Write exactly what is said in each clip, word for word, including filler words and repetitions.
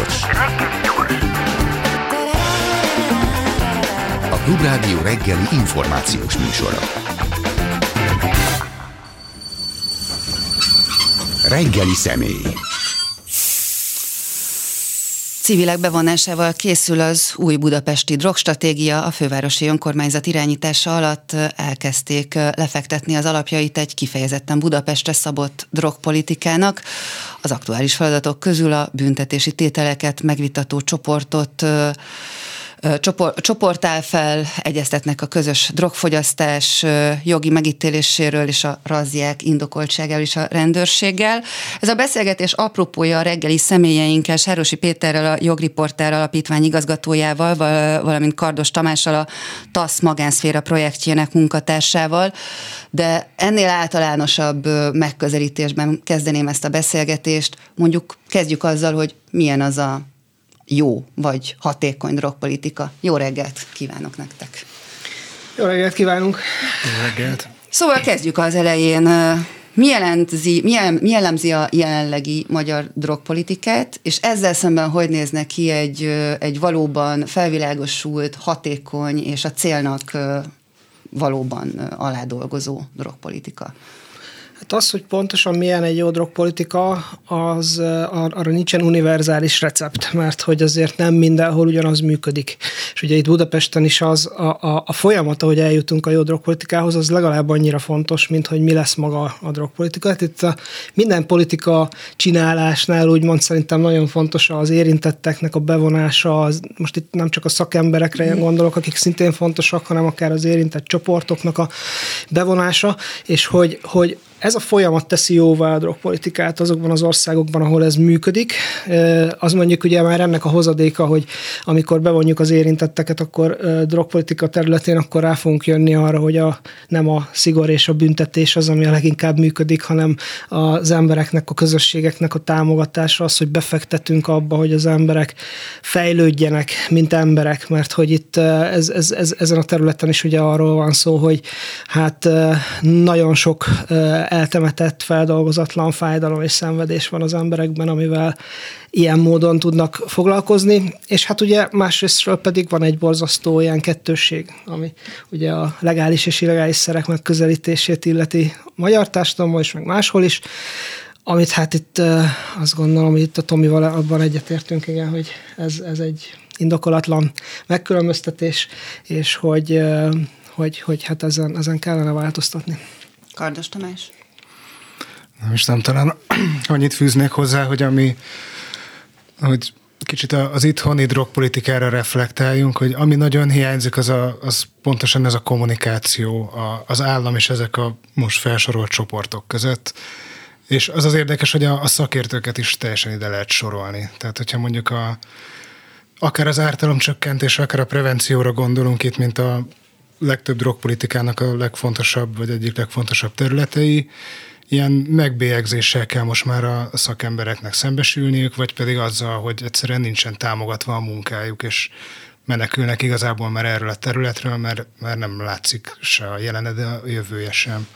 gyors. A Klubrádió reggeli információs műsora. Reggeli személy. Civilek bevonásával készül az új budapesti drogstratégia. A fővárosi önkormányzat irányítása alatt elkezdték lefektetni az alapjait egy kifejezetten Budapestre szabott drogpolitikának. Az aktuális feladatok közül a büntetési tételeket megvitató csoportot Csoport, csoport áll fel, egyeztetnek a közös drogfogyasztás jogi megítéléséről és a razziák indokoltságáról is a rendőrséggel. Ez a beszélgetés apropója a reggeli személyeinkkel, Sárosi Péterrel, a Jogriporter Alapítvány igazgatójával, valamint Kardos Tamással, a TASZ magánszféra projektjének munkatársával, de ennél általánosabb megközelítésben kezdeném ezt a beszélgetést. Mondjuk kezdjük azzal, hogy milyen az a jó vagy hatékony drogpolitika. Jó reggelt kívánok nektek! Jó reggelt kívánunk! Jó reggelt! Szóval kezdjük az elején. Mi jellemzi, mi jellemzi a jelenlegi magyar drogpolitikát, és ezzel szemben hogy néznek ki egy, egy valóban felvilágosult, hatékony és a célnak valóban aládolgozó drogpolitika? Hát az, hogy pontosan milyen egy jó drogpolitika, az arra nincsen univerzális recept, mert hogy azért nem mindenhol ugyanaz működik. És ugye itt Budapesten is az a, a, a folyamat, ahogy eljutunk a jó drogpolitikához, az legalább annyira fontos, mint hogy mi lesz maga a drogpolitika. Hát itt a minden politika csinálásnál úgymond szerintem nagyon fontos az érintetteknek a bevonása, az, most itt nem csak a szakemberekre mm. gondolok, akik szintén fontosak, hanem akár az érintett csoportoknak a bevonása, és hogy, hogy ez a folyamat teszi jóvá a drogpolitikát azokban az országokban, ahol ez működik. Az mondjuk ugye már ennek a hozadéka, hogy amikor bevonjuk az érintetteket, akkor drogpolitika területén akkor rá fogunk jönni arra, hogy a, nem a szigor és a büntetés az, ami a leginkább működik, hanem az embereknek, a közösségeknek a támogatása, az, hogy befektetünk abba, hogy az emberek fejlődjenek, mint emberek, mert hogy itt ez, ez, ez, ezen a területen is ugye arról van szó, hogy hát nagyon sok eltemetett, feldolgozatlan fájdalom és szenvedés van az emberekben, amivel ilyen módon tudnak foglalkozni, és hát ugye másrésztről pedig van egy borzasztó ilyen kettősség, ami ugye a legális és illegális szerek megközelítését illeti a magyar társadalomban is, meg máshol is, amit hát itt azt gondolom, hogy itt a Tomival abban egyetértünk, igen, hogy ez, ez egy indokolatlan megkülönböztetés, és hogy, hogy, hogy hát ezen, ezen kellene változtatni. Kardos Tamás? Nem is nem, talán annyit fűznék hozzá, hogy ami, hogy kicsit az itthoni drogpolitikára reflektáljunk, hogy ami nagyon hiányzik, az, a, az pontosan ez a kommunikáció a, az állam és ezek a most felsorolt csoportok között. És az az érdekes, hogy a, a szakértőket is teljesen ide lehet sorolni. Tehát, hogyha mondjuk a, akár az ártalomcsökkentés, akár a prevencióra gondolunk itt, mint a legtöbb drogpolitikának a legfontosabb, vagy egyik legfontosabb területei, ilyen megbélyegzéssel kell most már a szakembereknek szembesülniük, vagy pedig azzal, hogy egyszerűen nincsen támogatva a munkájuk, és menekülnek igazából már erről a területről, mert, mert nem látszik se a jelene, de a jövője sem.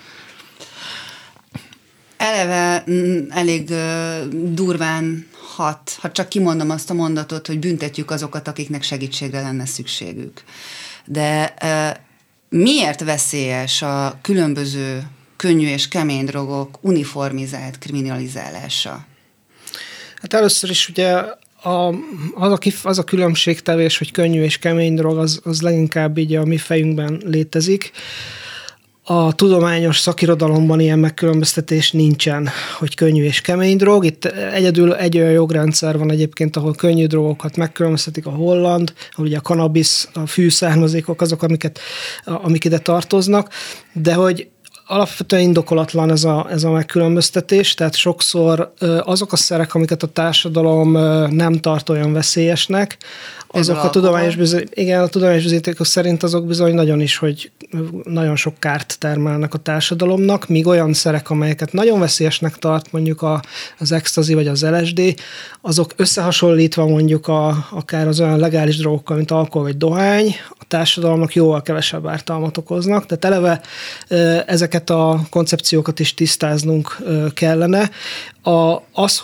Eleve elég durván hat, ha csak kimondom azt a mondatot, hogy büntetjük azokat, akiknek segítségre lenne szükségük. De miért veszélyes a különböző könnyű és kemény drogok uniformizált kriminalizálása? Hát először is ugye a, az, a kif, az a különbségtevés, hogy könnyű és kemény drog, az, az leginkább így a mi fejünkben létezik. A tudományos szakirodalomban ilyen megkülönböztetés nincsen, hogy könnyű és kemény drog. Itt egyedül egy olyan jogrendszer van egyébként, ahol könnyű drogokat megkülönböztetik, a holland, ahol ugye a kannabisz, a fűszármazékok azok, amiket, amik ide tartoznak, de hogy alapvetően indokolatlan ez a, ez a megkülönböztetés, tehát sokszor azok a szerek, amiket a társadalom nem tart olyan veszélyesnek, azok a tudományos, bizony, igen, a tudományos bizonyítékok szerint azok bizony nagyon is, hogy nagyon sok kárt termelnek a társadalomnak, míg olyan szerek, amelyeket nagyon veszélyesnek tart, mondjuk a, az ecstasy vagy az el es dé, azok összehasonlítva mondjuk a, akár az olyan legális drogokkal, mint alkohol vagy dohány, a társadalomnak jóval kevesebb ártalmat okoznak, tehát eleve ezeket a koncepciókat is tisztáznunk kellene. A, az, hogy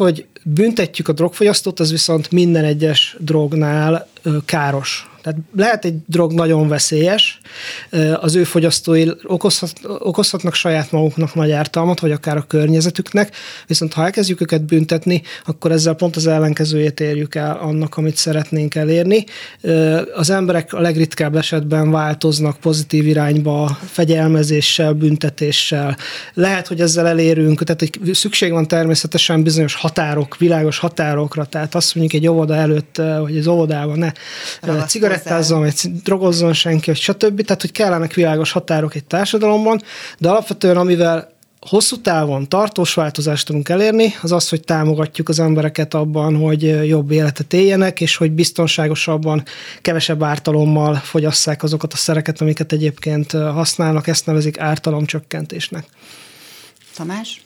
büntetjük a drogfogyasztót, az viszont minden egyes drognál káros. Tehát lehet egy drog nagyon veszélyes, az ő fogyasztói okozhat, okozhatnak saját maguknak nagy ártalmat, vagy akár a környezetüknek, viszont ha elkezdjük őket büntetni, akkor ezzel pont az ellenkezőjét érjük el annak, amit szeretnénk elérni. Az emberek a legritkább esetben változnak pozitív irányba, fegyelmezéssel, büntetéssel. Lehet, hogy ezzel elérünk, tehát egy szükség van természetesen bizonyos határok, világos határokra, tehát azt mondjuk egy óvoda előtt, vagy az óvodában ne cigarettázzon, vagy drogozzon senki, vagy stb. Tehát, hogy kellenek világos határok egy társadalomban, de alapvetően amivel hosszú távon tartós változást tudunk elérni, az az, hogy támogatjuk az embereket abban, hogy jobb életet éljenek, és hogy biztonságosabban, kevesebb ártalommal fogyasszák azokat a szereket, amiket egyébként használnak, ezt nevezik ártalomcsökkentésnek. Tamás?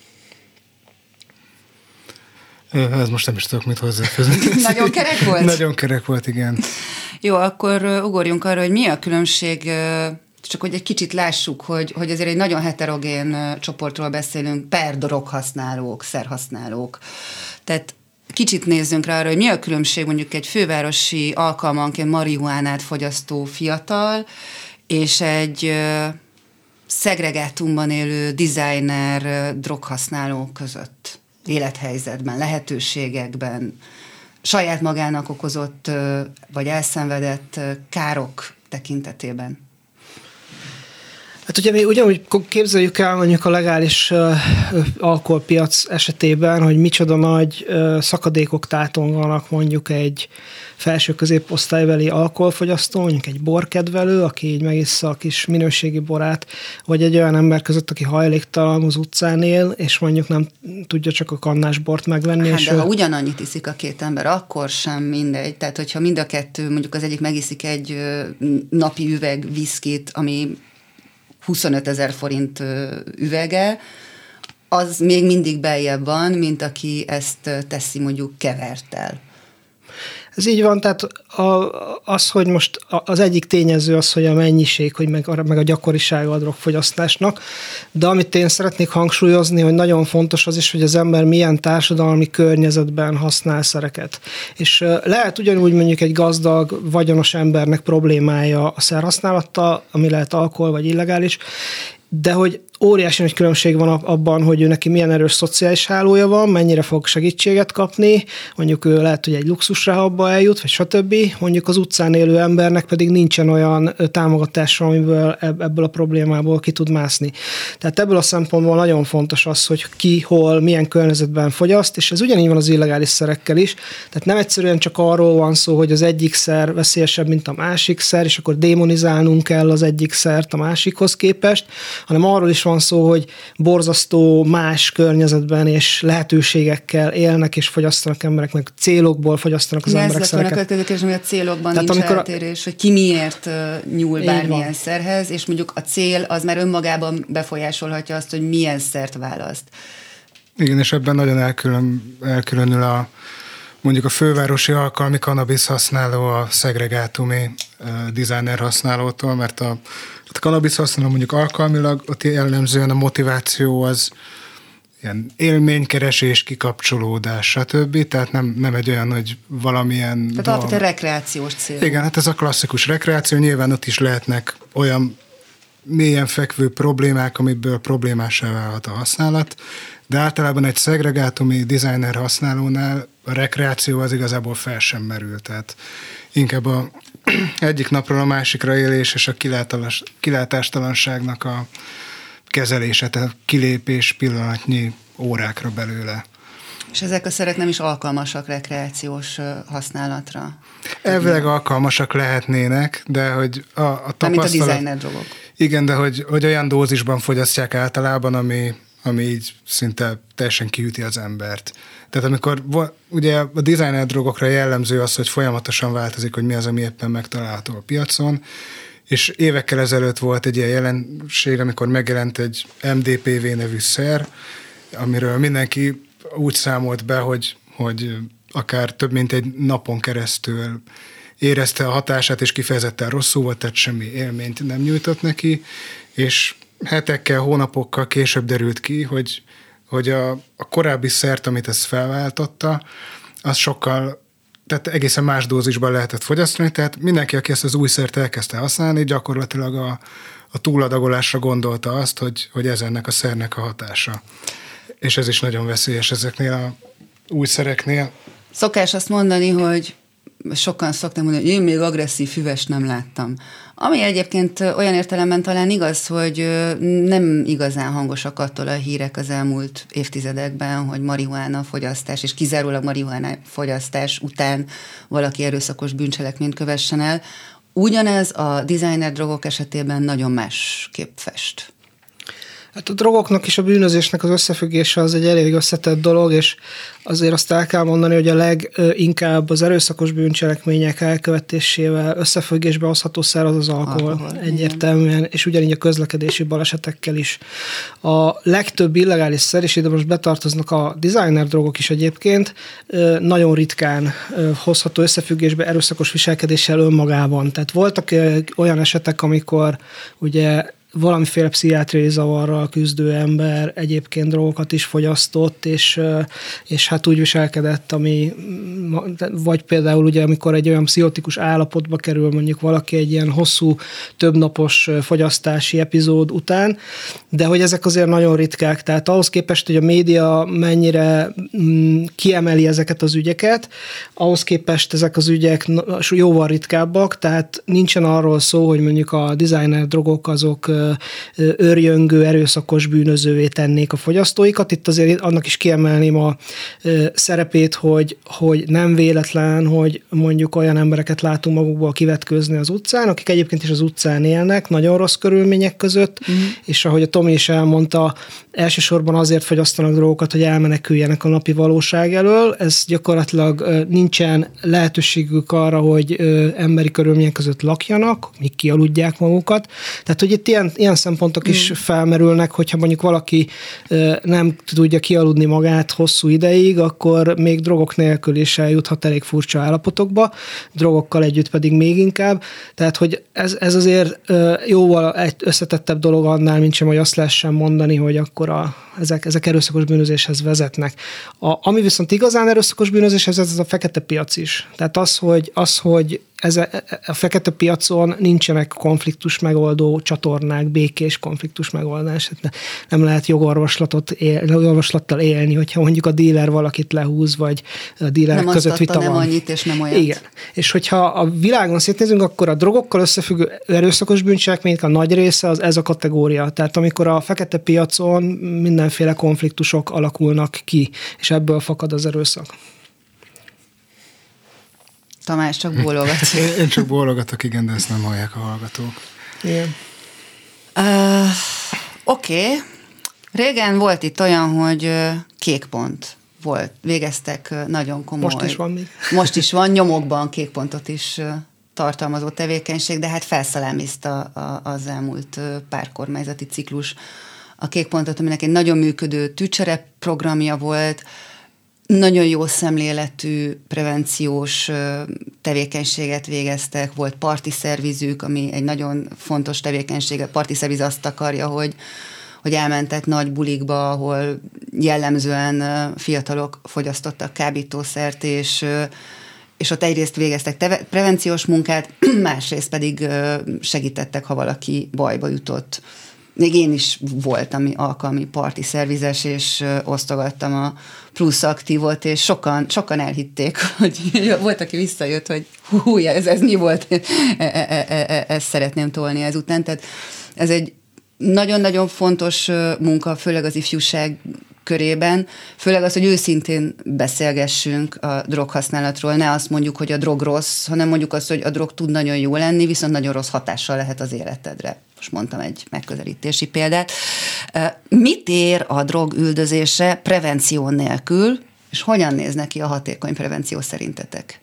Ez most nem is tudok mit hozzáfűzni. Nagyon kerek volt? Nagyon kerek volt, igen. Jó, akkor ugorjunk arra, hogy mi a különbség, csak hogy egy kicsit lássuk, hogy, hogy azért egy nagyon heterogén csoportról beszélünk, per droghasználók, szerhasználók. Tehát kicsit nézzünk rá arra, hogy mi a különbség mondjuk egy fővárosi alkalmanként marihuánát fogyasztó fiatal, és egy szegregátumban élő designer droghasználó között. Élethelyzetben, lehetőségekben, saját magának okozott vagy elszenvedett károk tekintetében. Hát ugye mi ugyanúgy képzeljük el mondjuk a legális uh, alkoholpiac esetében, hogy micsoda nagy uh, szakadékok tátonganak mondjuk egy felső középosztálybeli alkoholfogyasztó, mondjuk egy borkedvelő, aki így megissza a kis minőségi borát, vagy egy olyan ember között, aki hajléktalan az utcán él, és mondjuk nem tudja csak a kannás bort megvenni. Hát, és de ő... ha ugyanannyit iszik a két ember, akkor sem mindegy. Tehát, hogyha mind a kettő, mondjuk az egyik megiszik egy napi üveg viszkit, ami huszonötezer forint üvege, az még mindig beljebb van, mint aki ezt teszi mondjuk keverttel. Ez így van, tehát a, az, hogy most az egyik tényező az, hogy a mennyiség, hogy meg a, meg a gyakorisága a drogfogyasztásnak, de amit én szeretnék hangsúlyozni, hogy nagyon fontos az is, hogy az ember milyen társadalmi környezetben használ szereket. És lehet ugyanúgy mondjuk egy gazdag, vagyonos embernek problémája a szerhasználattal, ami lehet alkohol vagy illegális, de hogy óriási nagy különbség van abban, hogy ő neki milyen erős szociális hálója van, mennyire fog segítséget kapni, mondjuk ő lehet, hogy egy luxusrehabba eljut, vagy stb. Mondjuk az utcán élő embernek pedig nincsen olyan támogatása, amiből ebből a problémából ki tud mászni. Tehát ebből a szempontból nagyon fontos az, hogy ki, hol, milyen környezetben fogyaszt, és ez ugyanígy van az illegális szerekkel is. Tehát nem egyszerűen csak arról van szó, hogy az egyik szer veszélyesebb, mint a másik szer, és akkor démonizálnunk kell az egyik szert a másikhoz képest, hanem arról is van szó, hogy borzasztó más környezetben és lehetőségekkel élnek és fogyasztanak emberek, meg célokból fogyasztanak az de emberek ez szereket. Ez lett volna a következő kérdés, hogy a célokban Tehát nincs amikor eltérés, hogy ki miért uh, nyúl bármilyen van. szerhez, és mondjuk a cél az már önmagában befolyásolhatja azt, hogy milyen szert választ. Igen, és ebben nagyon elkülön, elkülönül a mondjuk a fővárosi alkalmi kannabisz használó a szegregátumi uh, designer használótól, mert a, a kannabisz használó mondjuk alkalmilag, ott jellemzően a motiváció az ilyen élménykeresés, kikapcsolódás, stb. Tehát nem, nem egy olyan, hogy valamilyen... Tehát alapvetően rekreációs cél. Igen, hát ez a klasszikus rekreáció, nyilván ott is lehetnek olyan mélyen fekvő problémák, amiből problémássá válhat a használat, de általában egy szegregátumi designer használónál a rekreáció az igazából fel sem merül, tehát inkább a egyik napról a másikra élés és a kilátástalanságnak a kezelése, tehát kilépés pillanatnyi órákra belőle. És ezek a szerek nem is alkalmasak rekreációs használatra? Elvileg alkalmasak lehetnének, de hogy a, a tapasztalat... Mint a designer drogok. Igen, de hogy, hogy olyan dózisban fogyasztják általában, ami, ami így szinte teljesen kiüti az embert. Tehát amikor ugye a designer drogokra jellemző az, hogy folyamatosan változik, hogy mi az, ami éppen megtalálható a piacon, és évekkel ezelőtt volt egy ilyen jelenség, amikor megjelent egy em dé pé vé nevű szer, amiről mindenki úgy számolt be, hogy, hogy akár több mint egy napon keresztül érezte a hatását, és kifejezetten rosszul volt, tehát semmi élményt nem nyújtott neki, és hetekkel, hónapokkal később derült ki, hogy hogy a, a korábbi szert, amit ez felváltotta, az sokkal, tehát egészen más dózisban lehetett fogyasztani, tehát mindenki, aki ezt az új szert elkezdte használni, gyakorlatilag a, a túladagolásra gondolta azt, hogy, hogy ez ennek a szernek a hatása. És ez is nagyon veszélyes ezeknél a új szereknél. Szokás azt mondani, hogy sokan szokták mondani, hogy én még agresszív füvest nem láttam. Ami egyébként olyan értelemben talán igaz, hogy nem igazán hangosak attól a hírek az elmúlt évtizedekben, hogy marihuána fogyasztás, és kizárólag marihuána fogyasztás után valaki erőszakos bűncselekményt kövessen el. Ugyanez a designer drogok esetében nagyon másképp fest. Hát a drogoknak és a bűnözésnek az összefüggése az egy elég összetett dolog, és azért azt el kell mondani, hogy a leginkább az erőszakos bűncselekmények elkövetésével összefüggésbe hozható szer az az alkohol, alkohol egyértelműen, igen. És ugyanígy a közlekedési balesetekkel is. A legtöbb illegális szer, és ide most betartoznak a designer drogok is egyébként, nagyon ritkán hozható összefüggésbe erőszakos viselkedéssel önmagában. Tehát voltak olyan esetek, amikor ugye valamiféle pszichiátriai zavarral küzdő ember egyébként drogokat is fogyasztott, és, és hát úgy viselkedett, ami, vagy például ugye, amikor egy olyan pszichotikus állapotba kerül mondjuk valaki egy ilyen hosszú, többnapos fogyasztási epizód után, de hogy ezek azért nagyon ritkák, tehát ahhoz képest, hogy a média mennyire kiemeli ezeket az ügyeket, ahhoz képest ezek az ügyek jóval ritkábbak, tehát nincsen arról szó, hogy mondjuk a designer drogok azok őrjöngő, erőszakos bűnözővé tennék a fogyasztóikat. Itt azért annak is kiemelném a szerepét, hogy, hogy nem véletlen, hogy mondjuk olyan embereket látunk magukból kivetkőzni az utcán, akik egyébként is az utcán élnek, nagyon rossz körülmények között, mm. és ahogy a Tomi is elmondta, elsősorban azért fogyasztanak drogokat, hogy elmeneküljenek a napi valóság elől. Ez gyakorlatilag nincsen lehetőségük arra, hogy emberi körülmények között lakjanak, míg kialudják magukat. Tehát, hogy itt ilyen, ilyen szempontok is mm. felmerülnek, hogyha mondjuk valaki nem tudja kialudni magát hosszú ideig, akkor még drogok nélkül is eljuthat elég furcsa állapotokba, drogokkal együtt pedig még inkább. Tehát, hogy ez, ez azért jóval egy összetettebb dolog annál, mint sem, hogy azt lehessen mondani, hogy akkor a, ezek, ezek erőszakos bűnözéshez vezetnek. A, ami viszont igazán erőszakos bűnözéshez vezet, ez a fekete piac is. Tehát az, hogy, az, hogy ez a, a fekete piacon nincsenek konfliktus megoldó csatornák, békés konfliktus megoldás. Nem lehet jogorvoslatot él, jogorvoslattal élni, hogyha mondjuk a díler valakit lehúz, vagy a dílerek nem között vita van. Nem annyit, és nem olyat. Igen. És hogyha a világon szétnézünk, akkor a drogokkal összefüggő erőszakos bűncselekmények a nagy része az ez a kategória. Tehát amikor a fekete piacon mindenféle konfliktusok alakulnak ki, és ebből fakad az erőszak. Tamás csak bólogat. Én csak bólogatok, igen, de ezt nem hallják a hallgatók. Igen. Uh, Oké. Okay. Régen volt itt olyan, hogy kék pont volt. Végeztek nagyon komoly. Most is van még. Most is van, nyomokban kék pontot is tartalmazó tevékenység, de hát felszalámizta az elmúlt pár kormányzati ciklus a kék pontot, aminek egy nagyon működő tűcsere programja volt, nagyon jó szemléletű prevenciós tevékenységet végeztek, volt parti szervizük, ami egy nagyon fontos tevékenység. A parti szerviz azt akarja, hogy, hogy elmentek nagy bulikba, ahol jellemzően fiatalok fogyasztottak kábítószert, és, és ott egyrészt végeztek teve- prevenciós munkát, másrészt pedig segítettek, ha valaki bajba jutott. Még én is voltam alkalmi parti szervizes, és osztogattam a plusz aktívot, és sokan, sokan elhitték, hogy volt, aki visszajött, hogy hú, ez, ez mi volt, e, e, e, e, ezt szeretném tolni ezután. Tehát ez egy nagyon-nagyon fontos munka, főleg az ifjúság körében, főleg az, hogy őszintén beszélgessünk a droghasználatról, ne azt mondjuk, hogy a drog rossz, hanem mondjuk azt, hogy a drog tud nagyon jó lenni, viszont nagyon rossz hatással lehet az életedre. Most mondtam egy megközelítési példát. Mit ér a drog üldözése prevenció nélkül, és hogyan néz neki a hatékony prevenció szerintetek?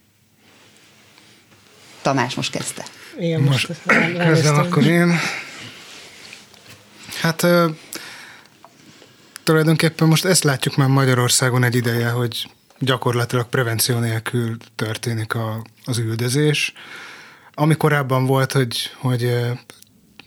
Tamás most kezdte. Igen, most, most kezdem akkor én. Hát tulajdonképpen most ezt látjuk már Magyarországon egy ideje, hogy gyakorlatilag prevenció nélkül történik a, az üldözés. Ami korábban volt, hogy, hogy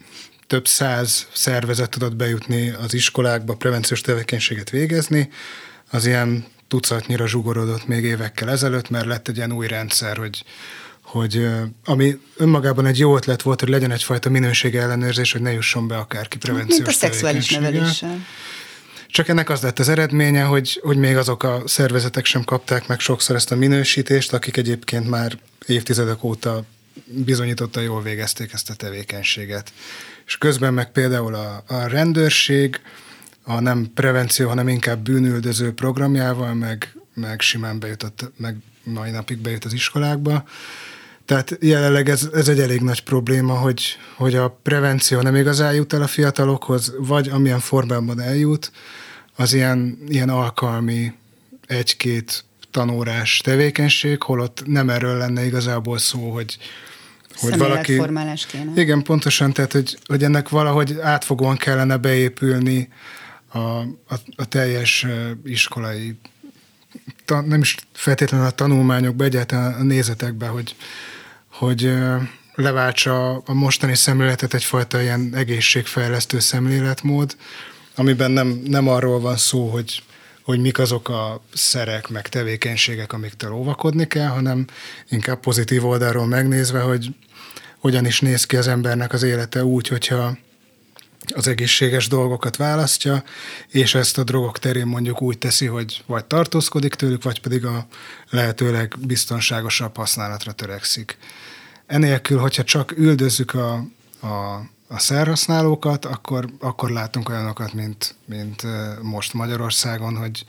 több száz szervezet tudott bejutni az iskolákba, prevenciós tevékenységet végezni, az ilyen tucatnyira zsugorodott még évekkel ezelőtt, mert lett egy ilyen új rendszer, hogy, hogy ami önmagában egy jó ötlet volt, hogy legyen egyfajta minőségi ellenőrzés, hogy ne jusson be akárki prevenciós Mint a szexuális neveléssel. Csak ennek az lett az eredménye, hogy, hogy még azok a szervezetek sem kapták meg sokszor ezt a minősítést, akik egyébként már évtizedek óta bizonyította jól végezték ezt a tevékenységet. És közben meg például a, a rendőrség, a nem prevenció, hanem inkább bűnüldöző programjával, meg, meg simán bejutott, meg mai napig bejut az iskolákba. Tehát jelenleg ez, ez egy elég nagy probléma, hogy, hogy a prevenció nem igazán jut el a fiatalokhoz, vagy amilyen formában eljut, az ilyen, ilyen alkalmi egy-két tanórás tevékenység, holott nem erről lenne igazából szó, hogy hogy valaki... Szemléletformálás kéne. Igen, pontosan, tehát hogy, hogy ennek valahogy átfogóan kellene beépülni a, a, a teljes iskolai, ta, nem is feltétlenül a tanulmányokba, egyáltalán a nézetekbe, hogy, hogy leváltsa a mostani szemléletet egyfajta ilyen egészségfejlesztő szemléletmód, amiben nem, nem arról van szó, hogy hogy mik azok a szerek, meg tevékenységek, amiktől óvakodni kell, hanem inkább pozitív oldalról megnézve, hogy hogyan is néz ki az embernek az élete úgy, hogyha az egészséges dolgokat választja, és ezt a drogok terén mondjuk úgy teszi, hogy vagy tartózkodik tőlük, vagy pedig a lehetőleg biztonságosabb használatra törekszik. Enélkül, hogyha csak üldözzük a, a a szerhasználókat, akkor, akkor látunk olyanokat, mint, mint most Magyarországon, hogy,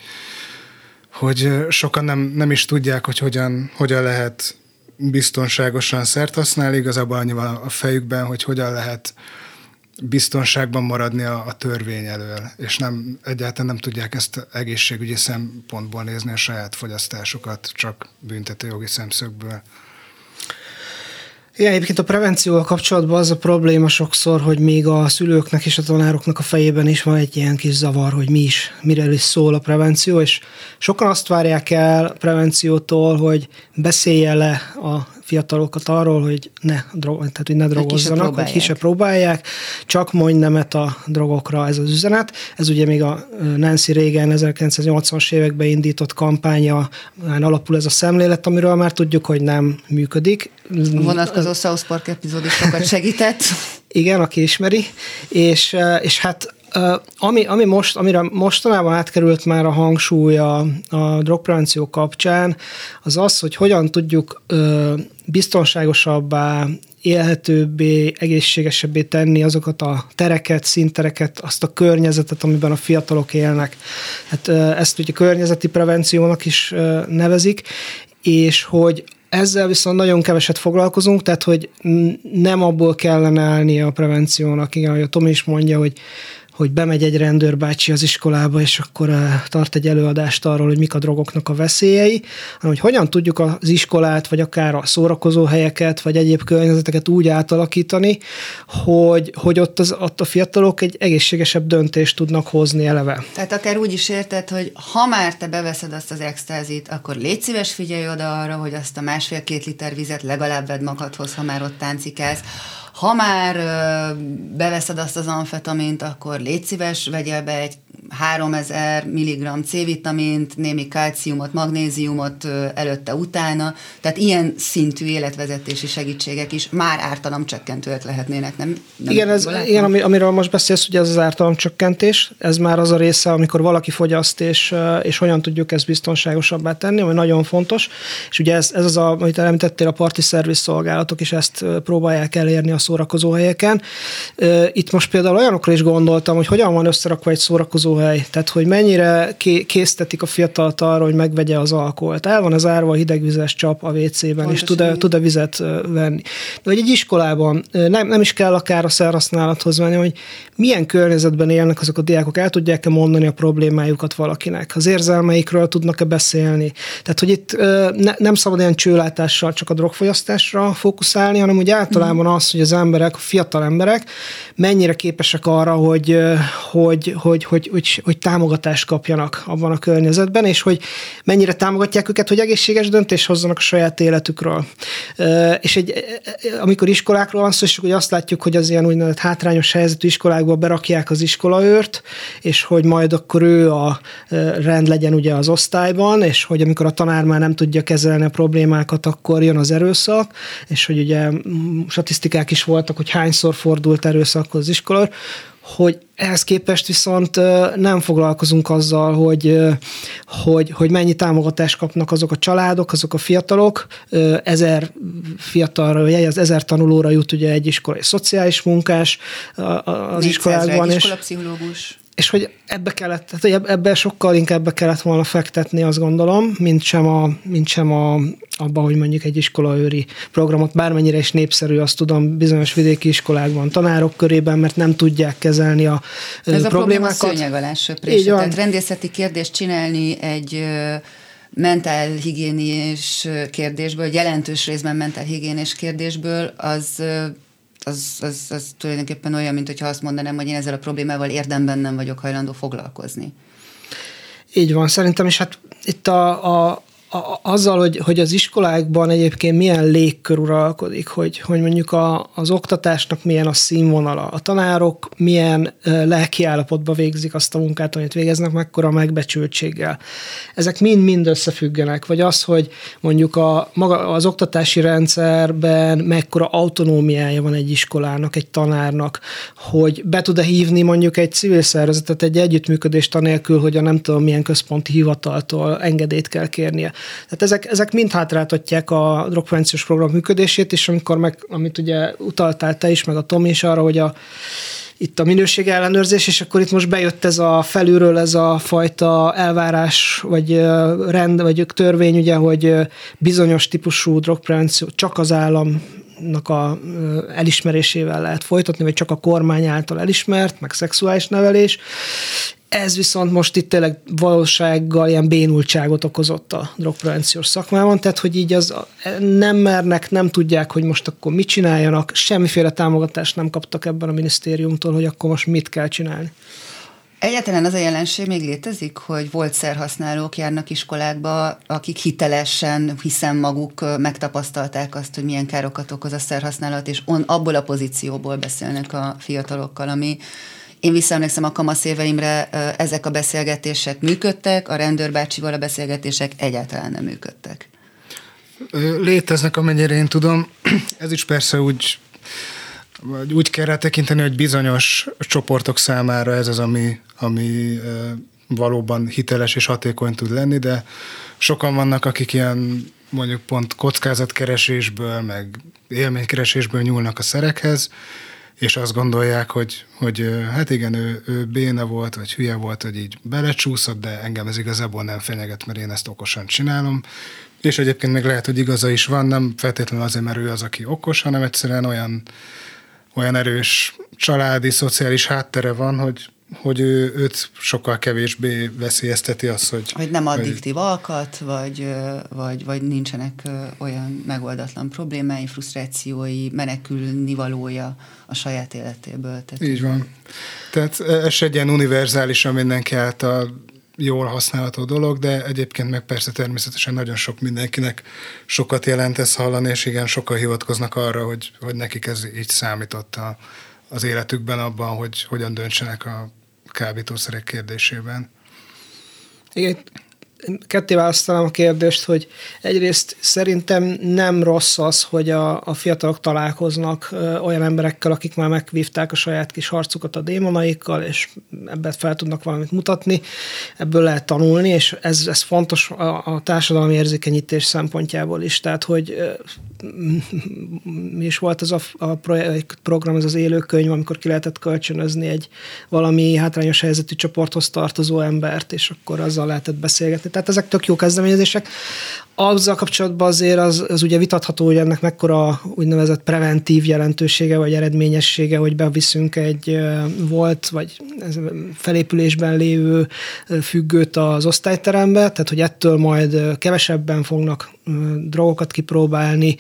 hogy sokan nem, nem is tudják, hogy hogyan, hogyan lehet biztonságosan szert használni, igazából annyi van a fejükben, hogy hogyan lehet biztonságban maradni a, a törvény elől, és nem, egyáltalán nem tudják ezt egészségügyi szempontból nézni a saját fogyasztásukat, csak büntetőjogi szemszögből. Igen, egyébként a prevencióval kapcsolatban az a probléma sokszor, hogy még a szülőknek és a tanároknak a fejében is van egy ilyen kis zavar, hogy mi is, mire is szól a prevenció, és sokan azt várják el a prevenciótól, hogy beszélje le a fiatalokat arról, hogy ne, drog, tehát, hogy ne drogozzanak, hogy ki se próbálják, csak mondj nemet a drogokra, ez az üzenet. Ez ugye még a Nancy Reagan ezerkilencszáznyolcvanas években indított kampánya, alapul ez a szemlélet, amiről már tudjuk, hogy nem működik. Vonatkozó South Park epizód is sokat segített. Igen, aki ismeri, és, és hát ami, ami most, amire mostanában átkerült már a hangsúly a, a drogprevenció kapcsán, az az, hogy hogyan tudjuk ö, biztonságosabbá, élhetőbbé, egészségesebbé tenni azokat a tereket, színtereket, azt a környezetet, amiben a fiatalok élnek. Hát ö, ezt ugye környezeti prevenciónak is ö, nevezik, és hogy ezzel viszont nagyon keveset foglalkozunk, tehát hogy nem abból kellene állni a prevenciónak. Igen, ahogy a Tomi is mondja, hogy hogy bemegy egy rendőrbácsi az iskolába, és akkor tart egy előadást arról, hogy mik a drogoknak a veszélyei, hanem hogy hogyan tudjuk az iskolát, vagy akár a szórakozó helyeket, vagy egyéb környezeteket úgy átalakítani, hogy, hogy ott, az, ott a fiatalok egy egészségesebb döntést tudnak hozni eleve. Tehát akár úgy is érted, hogy ha már te beveszed azt az extázit, akkor légy szíves, figyelj oda arra, hogy azt a másfél-két liter vizet legalább vedd magadhoz, ha már ott táncikálsz. Ha már ö, beveszed azt az amfetamint, akkor légy szíves, vegyél be egy háromezer milligramm C-vitamint, némi kalciumot, magnéziumot ö, előtte-utána. Tehát ilyen szintű életvezetési segítségek is már ártalomcsökkentőek lehetnének. Nem, nem igen, ez, igen, amiről most beszélsz, ugye ez az ártalomcsökkentés. Ez már az a része, amikor valaki fogyaszt, és, és hogyan tudjuk ezt biztonságosabbá tenni, ami nagyon fontos. És ugye ez, ez az, a, amit említettél, a parti szerviz szolgálatok is ezt próbálják elérni a szórakozóhelyeken. Itt most például olyanokra is gondoltam, hogy hogyan van összerakva egy szórakozóhely, tehát hogy mennyire késztetik a fiatalt arra, hogy megvegye az alkoholt. El van az árva a hidegvizes csap a vé cében, és tud-e, tud-e vizet venni. De hogy egy iskolában nem, nem is kell akár a szerhasználathoz menni, hogy milyen környezetben élnek azok a diákok, el tudják-e mondani a problémájukat valakinek, az érzelmeikről tudnak-e beszélni. Tehát, hogy itt ne, nem szabad ilyen csőlátással csak a drogfogyasztásra fókuszálni, hanem úgy általában az, hogy az az emberek, a fiatal emberek mennyire képesek arra, hogy, hogy, hogy, hogy, hogy, hogy támogatást kapjanak abban a környezetben, és hogy mennyire támogatják őket, hogy egészséges döntés hozzanak a saját életükről. És egy, amikor iskolákról van szó, és hogy azt látjuk, hogy az ilyen úgynevezett hátrányos helyzetű iskolákba berakják az iskolaőrt, és hogy majd akkor ő a rend legyen ugye az osztályban, és hogy amikor a tanár már nem tudja kezelni a problémákat, akkor jön az erőszak, és hogy ugye statisztikák is voltak, hogy hányszor fordult erőszakhoz az iskolaőr, hogy ehhez képest viszont nem foglalkozunk azzal, hogy, hogy, hogy mennyi támogatást kapnak azok a családok, azok a fiatalok. Ezer fiatalra, az ezer tanulóra jut ugye egy iskolai szociális munkás az iskolákban. Egy iskolapszichológus. És hogy ebbe kellett, tehát ebbe sokkal inkább be kellett volna fektetni, azt gondolom, mint sem, a, mint sem a, abba, hogy mondjuk egy iskolaőri programot, bármennyire is népszerű, azt tudom, bizonyos vidéki iskolákban, tanárok körében, mert nem tudják kezelni a Ez problémákat. Ez a szőnyeg alá söprése. Tehát rendészeti kérdést csinálni egy mentálhigiénés kérdésből, jelentős részben mentálhigiénés kérdésből, az... Az, az, az tulajdonképpen olyan, mint hogyha azt mondanám, hogy én ezzel a problémával érdemben nem vagyok hajlandó foglalkozni. Így van, szerintem, és hát itt a, a, a, azzal, hogy, hogy az iskolákban egyébként milyen légkör uralkodik, hogy, hogy mondjuk a, az oktatásnak milyen a színvonala, a tanárok milyen lelki állapotban végzik azt a munkát, amit végeznek, mekkora megbecsültséggel. Ezek mind-mind összefüggenek, vagy az, hogy mondjuk a, maga, az oktatási rendszerben mekkora autonómiája van egy iskolának, egy tanárnak, hogy be tud-e hívni mondjuk egy civil szervezetet, egy együttműködést anélkül, hogy a nem tudom milyen központi hivataltól engedélyt kell kérnie. Tehát ezek, ezek mind hátráltatják a drogprevenciós program működését, és amikor meg, amit ugye utaltál te is, meg a Tomi is arra, hogy a, itt a minőség ellenőrzés, és akkor itt most bejött ez a felülről ez a fajta elvárás, vagy rend, vagy törvény, ugye, hogy bizonyos típusú drogprevenció csak az államnak a elismerésével lehet folytatni, vagy csak a kormány által elismert, meg szexuális nevelés. Ez viszont most itt tényleg valósággal ilyen bénultságot okozott a drogprevenciós szakmában, tehát hogy így az nem mernek, nem tudják, hogy most akkor mit csináljanak, semmiféle támogatást nem kaptak ebben a minisztériumtól, hogy akkor most mit kell csinálni. Egyáltalán az a jelenség még létezik, hogy volt szerhasználók járnak iskolákba, akik hitelesen, hiszen maguk megtapasztalták azt, hogy milyen károkat okoz a szerhasználat, és on, abból a pozícióból beszélnek a fiatalokkal, ami én visszaemlékszem a kamasz éveimre, ezek a beszélgetések működtek, a rendőrbácsival a beszélgetések egyáltalán nem működtek. Léteznek, amennyire én tudom. Ez is persze úgy, úgy kell rá tekinteni, hogy bizonyos csoportok számára ez az, ami, ami valóban hiteles és hatékony tud lenni, de sokan vannak, akik ilyen mondjuk pont kockázatkeresésből, meg élménykeresésből nyúlnak a szerekhez, és azt gondolják, hogy, hogy hát igen, ő, ő béna volt, vagy hülye volt, hogy így belecsúszott, de engem ez igazából nem fenyeget, mert én ezt okosan csinálom. És egyébként még lehet, hogy igaza is van, nem feltétlenül azért, mert ő az, aki okos, hanem egyszerűen olyan, olyan erős családi, szociális háttere van, hogy, hogy ő, őt sokkal kevésbé veszélyezteti az, hogy... Hogy nem addiktív hogy... alkat, vagy, vagy, vagy nincsenek olyan megoldatlan problémái, frusztrációi, menekülnivalója a saját életéből. Tehát így van. Tehát ez egy ilyen univerzálisan mindenki által jól használható dolog, de egyébként meg persze természetesen nagyon sok mindenkinek sokat jelent ezt hallani, és igen, sokan hivatkoznak arra, hogy, hogy nekik ez így számított a, az életükben abban, hogy hogyan döntsenek a kábítószerek kérdésében. Igen, ketté választanám a kérdést, hogy egyrészt szerintem nem rossz az, hogy a, a fiatalok találkoznak ö, olyan emberekkel, akik már megvívták a saját kis harcukat a démonaikkal, és ebben fel tudnak valamit mutatni, ebből lehet tanulni, és ez, ez fontos a, a társadalmi érzékenyítés szempontjából is, tehát hogy ö, mi is volt az a, a program, ez az élőkönyv, amikor ki lehetett kölcsönözni egy valami hátrányos helyzetű csoporthoz tartozó embert, és akkor azzal lehetett beszélgetni. Tehát ezek tök jó kezdeményezések. Azzal kapcsolatban azért az, az ugye vitatható, hogy ennek mekkora úgynevezett preventív jelentősége, vagy eredményessége, hogy beviszünk egy volt, vagy felépülésben lévő függőt az osztályterembe, tehát hogy ettől majd kevesebben fognak drogokat kipróbálni,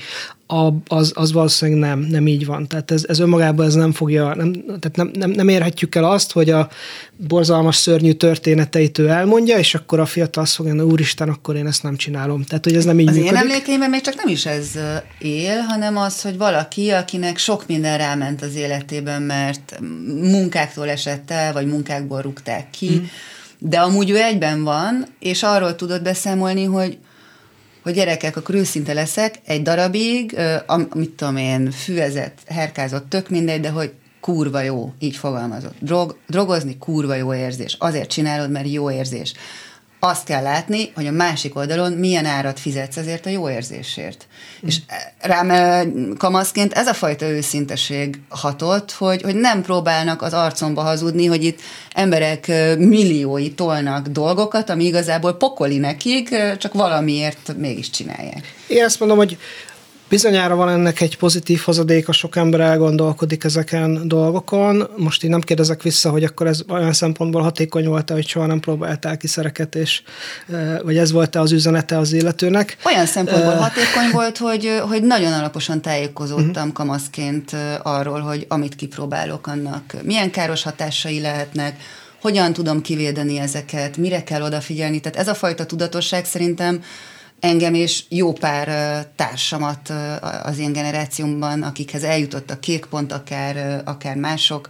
a, az, az valószínűleg nem, nem így van. Tehát ez, ez önmagában ez nem fogja, nem, tehát nem, nem, nem érhetjük el azt, hogy a borzalmas, szörnyű történeteit ő elmondja, és akkor a fiatal azt fogja, na úristen, akkor én ezt nem csinálom. Tehát, hogy ez nem így az működik. Az én emlékeimben még csak nem is ez él, hanem az, hogy valaki, akinek sok minden ráment az életében, mert munkáktól esett el, vagy munkákból rúgták ki, mm. de amúgy ő egyben van, és arról tudott beszámolni, hogy hogy gyerekek, akkor őszinte leszek, egy darabig, amit tudom én, füvezett, herkázott, tök mindegy, de hogy kurva jó, így fogalmazott. Drog, drogozni kurva jó érzés. Azért csinálod, mert jó érzés. Azt kell látni, hogy a másik oldalon milyen árat fizetsz ezért a jó érzésért. Mm. És rám kamaszként ez a fajta őszinteség hatott, hogy, hogy nem próbálnak az arcomba hazudni, hogy itt emberek milliói tolnak dolgokat, ami igazából pokoli nekik, csak valamiért mégis csinálják. Én azt mondom, hogy bizonyára van ennek egy pozitív hozadéka, sok ember elgondolkodik ezeken dolgokon. Most én nem kérdezek vissza, hogy akkor ez olyan szempontból hatékony volt-e, hogy soha nem próbáltál ki szereket, és, vagy ez volt-e az üzenete az illetőnek. Olyan szempontból uh, hatékony volt, hogy, hogy nagyon alaposan tájékozódtam uh-huh. kamaszként arról, hogy amit kipróbálok, annak milyen káros hatásai lehetnek, hogyan tudom kivédeni ezeket, mire kell odafigyelni. Tehát ez a fajta tudatosság szerintem engem és jó pár társamat az én generációmban, akikhez eljutott a kék pont, akár, akár mások,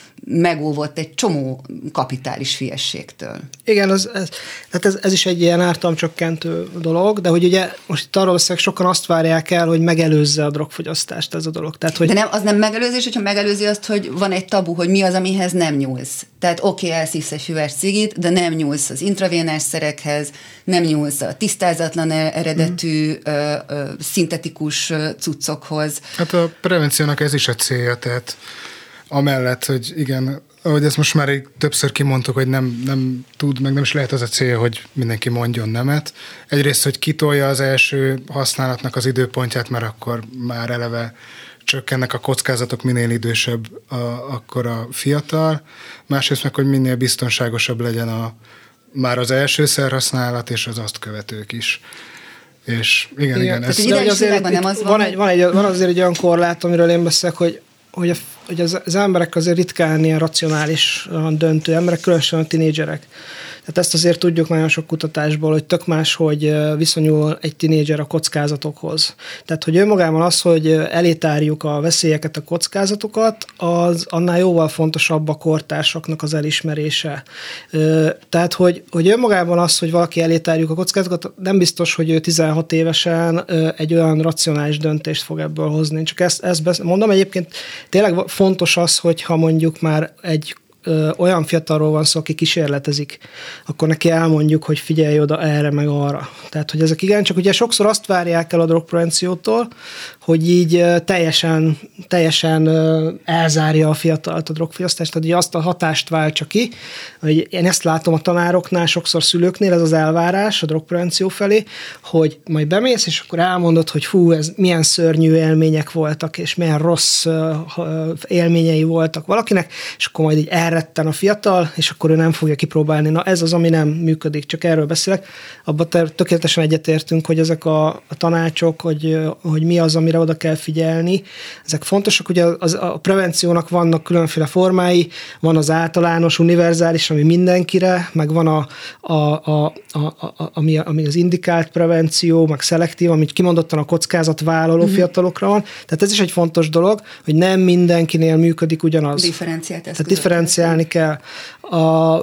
megóvott egy csomó kapitális hülyességtől. Igen, ez, ez, tehát ez, ez is egy ilyen ártalomcsökkentő dolog, de hogy ugye most itt arról beszélek, sokan azt várják el, hogy megelőzze a drogfogyasztást ez a dolog. Tehát, hogy... De nem, az nem megelőzés, hogyha megelőzi azt, hogy van egy tabu, hogy mi az, amihez nem nyúlsz. Tehát oké, okay, elszívsz egy füves cigit, de nem nyúlsz az intravénás szerekhez, nem nyúlsz a tisztázatlan eredetű, mm. ö, ö, szintetikus cuccokhoz. Hát a prevenciónak ez is a célja, tehát amellett, hogy igen, ahogy ezt most már többször kimondtuk, hogy nem, nem tud, meg nem is lehet az a célja, hogy mindenki mondjon nemet. Egyrészt, hogy kitolja az első használatnak az időpontját, mert akkor már eleve csökkennek a kockázatok, minél idősebb a, akkor a fiatal. Másrészt meg, hogy minél biztonságosabb legyen a, már az első szerhasználat, és az azt követők is. És igen, igen. igen ez, de azért nem az van, van, egy, van, egy, van azért egy olyan korlát, amiről én beszélek, hogy hogy, a, hogy az, az emberek azért ritkán ilyen racionálisan döntő emberek, különösen a tinédzserek. Tehát ezt azért tudjuk nagyon sok kutatásból, hogy tök más, hogy viszonyul egy tinédzser a kockázatokhoz. Tehát, hogy önmagában az, hogy elétárjuk a veszélyeket, a kockázatokat, az annál jóval fontosabb a kortársaknak az elismerése. Tehát, hogy, hogy önmagában az, hogy valaki elétárjuk a kockázatokat, nem biztos, hogy ő tizenhat évesen egy olyan racionális döntést fog ebből hozni. Csak ezt, ezt mondom, egyébként tényleg fontos az, hogyha mondjuk már egy Ö, olyan fiatalról van szó, aki kísérletezik, akkor neki elmondjuk, hogy figyelj oda erre meg arra. Tehát, hogy ezek igen, csak ugye sokszor azt várják el a drogprevenciótól, hogy így ö, teljesen, teljesen ö, elzárja a fiatalt a drogfogyasztást, tehát ugye azt a hatást váltsa ki, hogy én ezt látom a tanároknál, sokszor szülőknél, ez az elvárás a drogprevenció felé, hogy majd bemész, és akkor elmondod, hogy fú, ez milyen szörnyű élmények voltak, és milyen rossz ö, élményei voltak valakinek, és akkor majd így elretten a fiatal, és akkor ő nem fogja kipróbálni. Na ez az, ami nem működik, csak erről beszélek. Abban tökéletesen egyetértünk, hogy ezek a, a tanácsok, hogy, hogy mi az, amire oda kell figyelni. Ezek fontosak, ugye az, a prevenciónak vannak különféle formái, van az általános, univerzális, ami mindenkire, meg van a, a, a, a, a, ami, ami az indikált prevenció, meg szelektív, amit kimondottan a kockázatvállaló mm-hmm. fiatalokra van. Tehát ez is egy fontos dolog, hogy nem mindenkinél működik ugyanaz. Differenciált eszközök. Tehát differenciálni kell. A,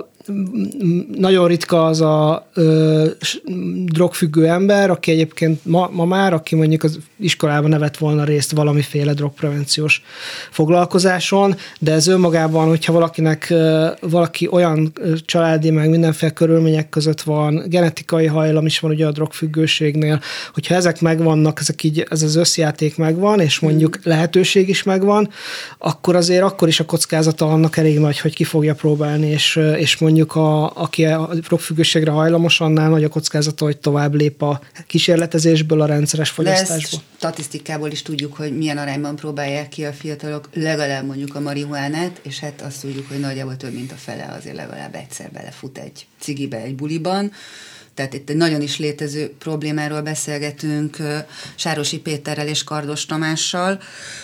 nagyon ritka az a ö, drogfüggő ember, aki egyébként ma, ma már, aki mondjuk az iskolában ne vett volna részt valamiféle drogprevenciós foglalkozáson, de ez önmagában, hogyha valakinek ö, valaki olyan családi, meg mindenféle körülmények között van, genetikai hajlam is van ugye a drogfüggőségnél, hogyha ezek megvannak, ezek így, ez az összjáték megvan, és mondjuk lehetőség is megvan, akkor azért akkor is a kockázata annak elég nagy, hogy ki fogja próbálni, és, és mondjuk mondjuk a, aki a drogfüggőségre hajlamos, annál nagy a kockázata, hogy tovább lép a kísérletezésből a rendszeres fogyasztásból. De ezt statisztikából is tudjuk, hogy milyen arányban próbálják ki a fiatalok legalább mondjuk a marihuánát, és hát azt tudjuk, hogy nagyjából több mint a fele azért legalább egyszer belefut egy cigibe, egy buliban. Tehát itt egy nagyon is létező problémáról beszélgetünk Sárosi Péterrel és Kardos Tamással.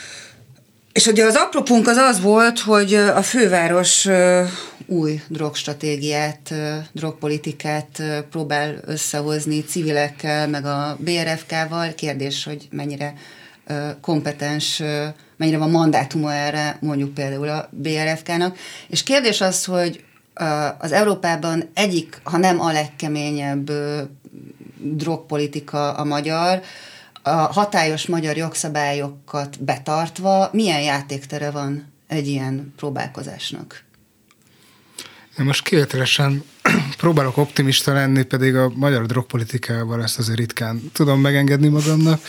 És ugye az apropónk az az volt, hogy a főváros új drogstratégiát, drogpolitikát próbál összehozni civilekkel, meg a bé er ef ká-val. Kérdés, hogy mennyire kompetens, mennyire van mandátuma erre, mondjuk például a bé er ef ká-nak. És kérdés az, hogy az Európában egyik, ha nem a legkeményebb drogpolitika a magyar, a hatályos magyar jogszabályokat betartva milyen játéktere van egy ilyen próbálkozásnak? Én most kivételesen próbálok optimista lenni, pedig a magyar drogpolitikával ezt azért ritkán tudom megengedni magamnak,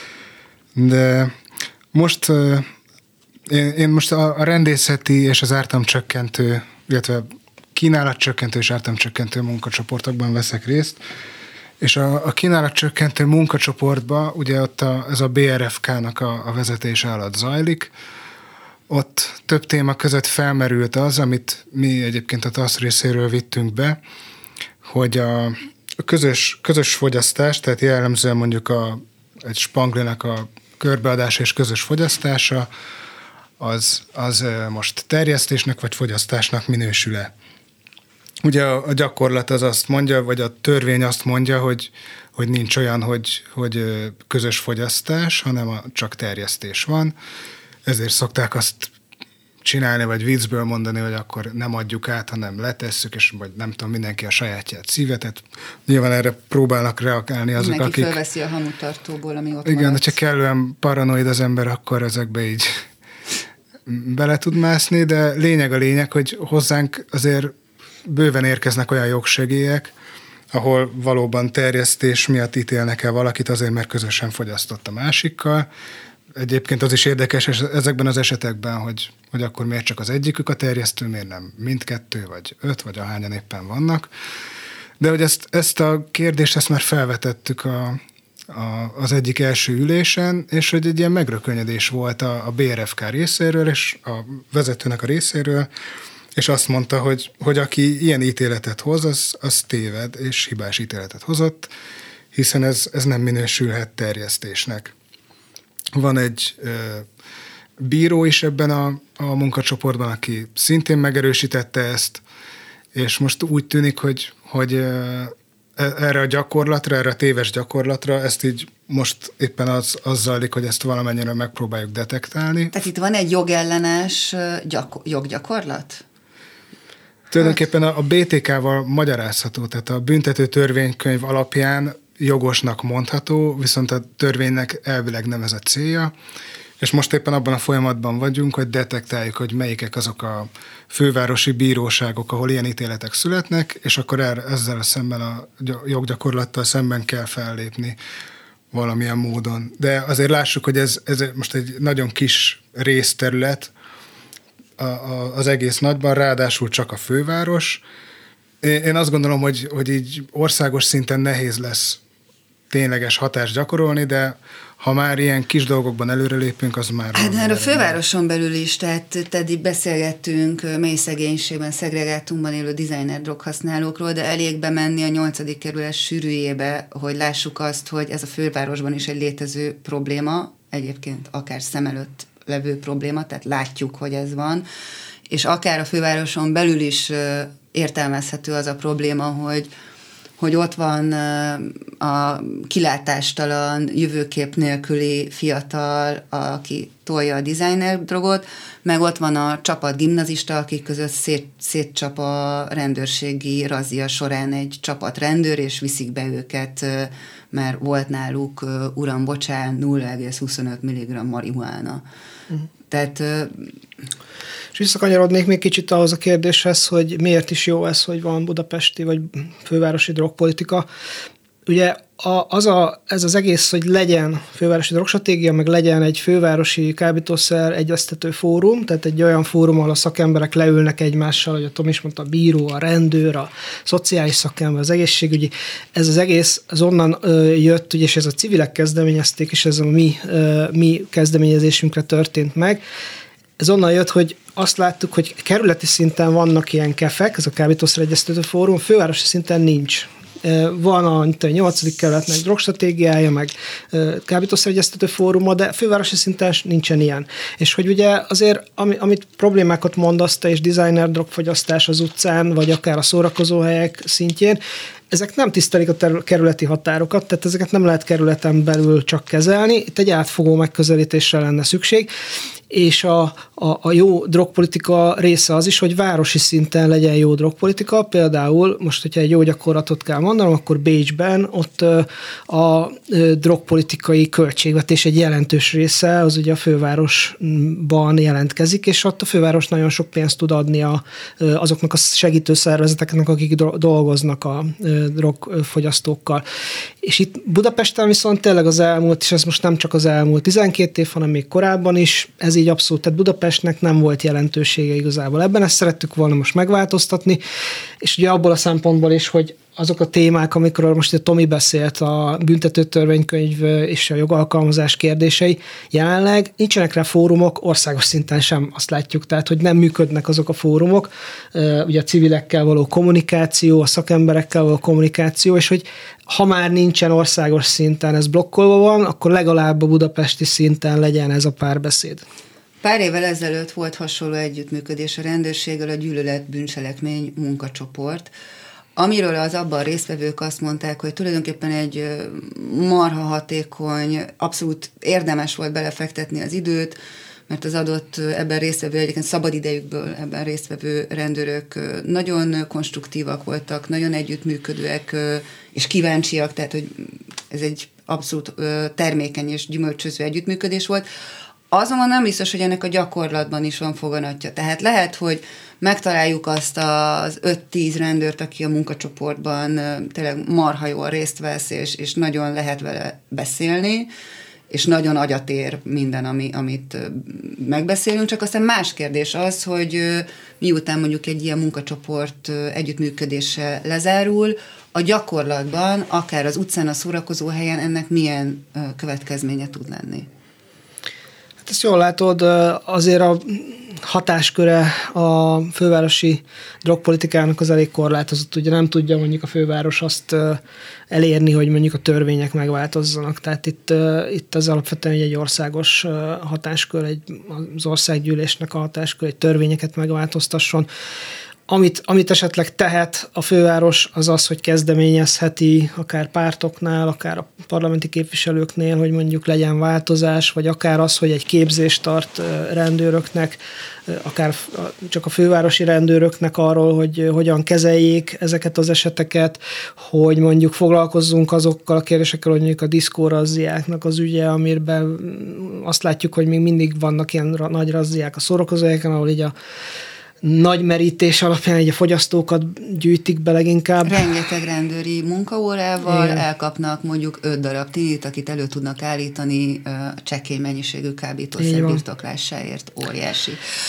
de most én, én most a, a rendészeti és az ártalomcsökkentő, illetve kínálatcsökkentő és ártalomcsökkentő munkacsoportokban veszek részt, és a, a kínálatcsökkentő munkacsoportban ugye ott a, ez a bé er ef ká-nak a, a vezetése alatt zajlik. Ott több téma között felmerült az, amit mi egyébként a TASZ részéről vittünk be, hogy a, a közös, közös fogyasztás, tehát jellemzően mondjuk a, egy spanglinak a körbeadása és közös fogyasztása, az, az most terjesztésnek vagy fogyasztásnak minősül-e. Ugye a, a gyakorlat az azt mondja, vagy a törvény azt mondja, hogy, hogy nincs olyan, hogy, hogy közös fogyasztás, hanem a, csak terjesztés van. Ezért szokták azt csinálni, vagy viccből mondani, hogy akkor nem adjuk át, hanem letesszük, és vagy nem tudom, mindenki a sajátját szíve. Tehát nyilván erre próbálnak reagálni azok, mindenki akik... Mindenki fölveszi a hamutartóból, ami ott igen, maradt. hogyha kellően paranoid az ember, akkor ezekbe így bele tud mászni, de lényeg a lényeg, hogy hozzánk azért bőven érkeznek olyan jogsegélyek, ahol valóban terjesztés miatt ítélnek el valakit azért, mert közösen fogyasztott a másikkal. Egyébként az is érdekes ezekben az esetekben, hogy, hogy akkor miért csak az egyikük a terjesztő, miért nem mindkettő, vagy öt, vagy ahányan éppen vannak. De hogy ezt, ezt a kérdést ezt már felvetettük a, a, az egyik első ülésen, és hogy egy ilyen megrökönyödés volt a, a bé er ef ká részéről, és a vezetőnek a részéről, és azt mondta, hogy, hogy aki ilyen ítéletet hoz, az, az téved, és hibás ítéletet hozott, hiszen ez, ez nem minősülhet terjesztésnek. Van egy ö, bíró is ebben a, a munkacsoportban, aki szintén megerősítette ezt, és most úgy tűnik, hogy, hogy ö, erre a gyakorlatra, erre a téves gyakorlatra, ezt így most éppen az, az zajlik, hogy ezt valamennyire megpróbáljuk detektálni. Tehát itt van egy jogellenes gyakor- joggyakorlat? Tulajdonképpen a, a bé té ká-val magyarázható, tehát a büntető törvénykönyv alapján jogosnak mondható, viszont a törvénynek elvileg nem ez a célja, és most éppen abban a folyamatban vagyunk, hogy detektáljuk, hogy melyikek azok a fővárosi bíróságok, ahol ilyen ítéletek születnek, és akkor ezzel a szemben a joggyakorlattal szemben kell fellépni valamilyen módon. De azért lássuk, hogy ez, ez most egy nagyon kis részterület a, a, az egész nagyban, ráadásul csak a főváros. Én azt gondolom, hogy, hogy így országos szinten nehéz lesz tényleges hatást gyakorolni, de ha már ilyen kis dolgokban előrelépünk, az már... Hát már a fővároson belül is, tehát eddig beszélgettünk mély szegénységben, szegregátumban élő designer droghasználókról, de elég bemenni a nyolcadik kerület sűrűjébe, hogy lássuk azt, hogy ez a fővárosban is egy létező probléma, egyébként akár szem előtt levő probléma, tehát látjuk, hogy ez van, és akár a fővároson belül is értelmezhető az a probléma, hogy hogy ott van a kilátástalan, jövőkép nélküli fiatal, aki tolja a designer drogot, meg ott van a csapat gimnazista, akik között szét, szétcsap a rendőrségi razzia során egy csapat rendőr, és viszik be őket, mert volt náluk, uram, bocsán, nulla egész huszonöt milligramm marihuána. Uh-huh. Tehát... És visszakanyarodnék még kicsit ahhoz a kérdéshez, hogy miért is jó ez, hogy van budapesti vagy fővárosi drogpolitika. Ugye a, az a, ez az egész, hogy legyen fővárosi drogstratégia, meg legyen egy fővárosi kábítószer egyeztető fórum, tehát egy olyan fórum, ahol a szakemberek leülnek egymással, hogy a Tom is mondta, a bíró, a rendőr, a szociális szakember, az egészségügyi. Ez az egész az onnan ö, jött, ugye, és ez a civilek kezdeményezték, és ez a mi, ö, mi kezdeményezésünkre történt meg. Ez onnan jött, hogy azt láttuk, hogy kerületi szinten vannak ilyen kefek, ez a kábítószer egyeztető fórum, fővárosi szinten nincs. van a nyolcadik kerületnek drogstratégiája, meg kábítószeregyeztető fóruma, de fővárosi szinten nincsen ilyen. És hogy ugye azért, ami, amit problémákat mondasz te és designer drogfogyasztás az utcán, vagy akár a szórakozóhelyek szintjén, ezek nem tisztelik a terül- kerületi határokat, tehát ezeket nem lehet kerületen belül csak kezelni. Itt egy átfogó megközelítésre lenne szükség, és a, a, a jó drogpolitika része az is, hogy városi szinten legyen jó drogpolitika. Például most, hogyha egy jó gyakorlatot kell mondanom, akkor Bécsben ott a drogpolitikai költségvetés egy jelentős része az ugye a fővárosban jelentkezik, és ott a főváros nagyon sok pénzt tud adni a, azoknak a segítő szervezeteknek, akik dolgoznak a drogfogyasztókkal. És itt Budapesten viszont tényleg az elmúlt, és ez most nem csak az elmúlt tizenkét év, hanem még korábban is, ez így abszolút, tehát Budapestnek nem volt jelentősége igazából. Ebben ezt szerettük volna most megváltoztatni, és ugye abból a szempontból is, hogy azok a témák, amikről most a Tomi beszélt, a büntetőtörvénykönyv és a jogalkalmazás kérdései, jelenleg nincsenek rá fórumok, országos szinten sem azt látjuk, tehát hogy nem működnek azok a fórumok, ugye a civilekkel való kommunikáció, a szakemberekkel való kommunikáció, és hogy ha már nincsen országos szinten, ez blokkolva van, akkor legalább a budapesti szinten legyen ez a párbeszéd. Pár évvel ezelőtt volt hasonló együttműködés a rendőrséggel, a gyűlölet bűncselekmény munkacsoport, amiről az abban résztvevők azt mondták, hogy tulajdonképpen egy marha hatékony, abszolút érdemes volt belefektetni az időt, mert az adott ebben résztvevő, egyébként szabad idejükből ebben résztvevő rendőrök nagyon konstruktívak voltak, nagyon együttműködőek és kíváncsiak, tehát hogy ez egy abszolút termékeny és gyümölcsöző együttműködés volt. Azonban nem biztos, hogy ennek a gyakorlatban is van foganatja. Tehát lehet, hogy megtaláljuk azt az öt-tíz rendőrt, aki a munkacsoportban tényleg marha jól részt vesz, és, és nagyon lehet vele beszélni, és nagyon agyat ér minden, ami, amit megbeszélünk, csak aztán más kérdés az, hogy miután mondjuk egy ilyen munkacsoport együttműködése lezárul, a gyakorlatban, akár az utcán, a szórakozó helyen ennek milyen következménye tud lenni? Hát ezt jól látod, azért a hatásköre a fővárosi drogpolitikának az elég korlátozott. Ugye nem tudja mondjuk a főváros azt elérni, hogy mondjuk a törvények megváltozzanak. Tehát itt, itt az alapvetően egy országos hatáskör, egy, az országgyűlésnek a hatáskör, egy törvényeket megváltoztasson. Amit, amit esetleg tehet a főváros, az az, hogy kezdeményezheti akár pártoknál, akár a parlamenti képviselőknél, hogy mondjuk legyen változás, vagy akár az, hogy egy képzést tart rendőröknek, akár csak a fővárosi rendőröknek arról, hogy hogyan kezeljék ezeket az eseteket, hogy mondjuk foglalkozzunk azokkal a kérdésekkel, hogy mondjuk a diszkórazziáknak az ügye, amiben azt látjuk, hogy még mindig vannak ilyen nagy razziák a szórakozóhelyeken, ahol így a nagy merítés alapján így a fogyasztókat gyűjtik be leginkább. Rengeteg rendőri munkaórával igen. Elkapnak mondjuk öt darab tinit, akit elő tudnak állítani csekély mennyiségű kábítószer birtoklásáért. Óriási.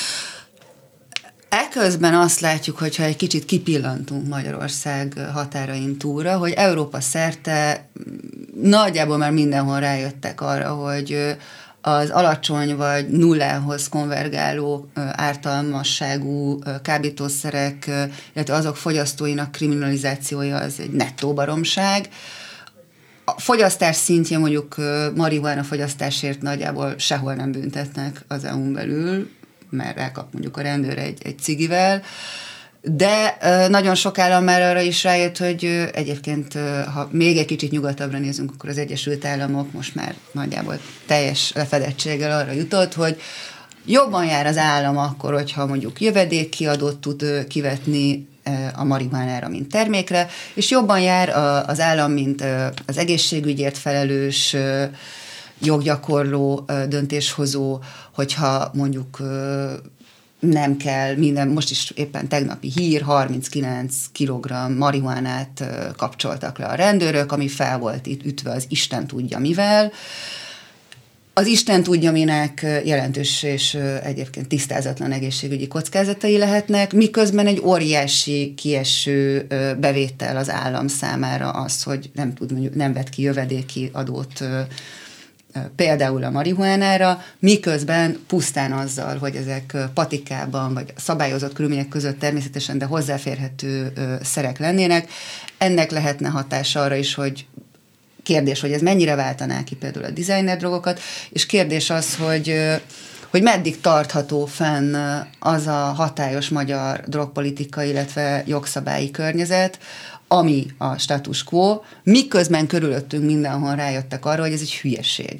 Eközben azt látjuk, hogyha egy kicsit kipillantunk Magyarország határain túlra, hogy Európa szerte nagyjából már mindenhol rájöttek arra, hogy az alacsony vagy nullához konvergáló ártalmasságú kábítószerek, illetve azok fogyasztóinak kriminalizációja az egy nettó baromság. A fogyasztás szintje mondjuk marihuána fogyasztásért nagyjából sehol nem büntetnek az é u-n belül, mert elkap mondjuk a rendőr egy, egy cigivel, de nagyon sok állam már arra is rájött, hogy egyébként, ha még egy kicsit nyugatabbra nézünk, akkor az Egyesült Államok most már nagyjából teljes lefedettséggel arra jutott, hogy jobban jár az állam akkor, hogyha mondjuk jövedékkiadót tud kivetni a marihuánára, mint termékre, és jobban jár az állam, mint az egészségügyért felelős joggyakorló döntéshozó, hogyha mondjuk nem kell minden, most is éppen tegnapi hír, harminckilenc kilogramm marihuánát kapcsoltak le a rendőrök, ami fel volt itt ütve az Isten tudja mivel. Az Isten tudja minek jelentős és egyébként tisztázatlan egészségügyi kockázatai lehetnek, miközben egy óriási kieső bevétel az állam számára az, hogy nem tud, mondjuk nem vet ki jövedéki adót például a marihuánára, miközben pusztán azzal, hogy ezek patikában, vagy szabályozott körülmények között természetesen, de hozzáférhető szerek lennének, ennek lehetne hatása arra is, hogy kérdés, hogy ez mennyire váltaná ki például a designer drogokat, és kérdés az, hogy hogy meddig tartható fenn az a hatályos magyar drogpolitika, illetve jogszabályi környezet, ami a status quo, miközben körülöttünk mindenhol rájöttek arra, hogy ez egy hülyeség.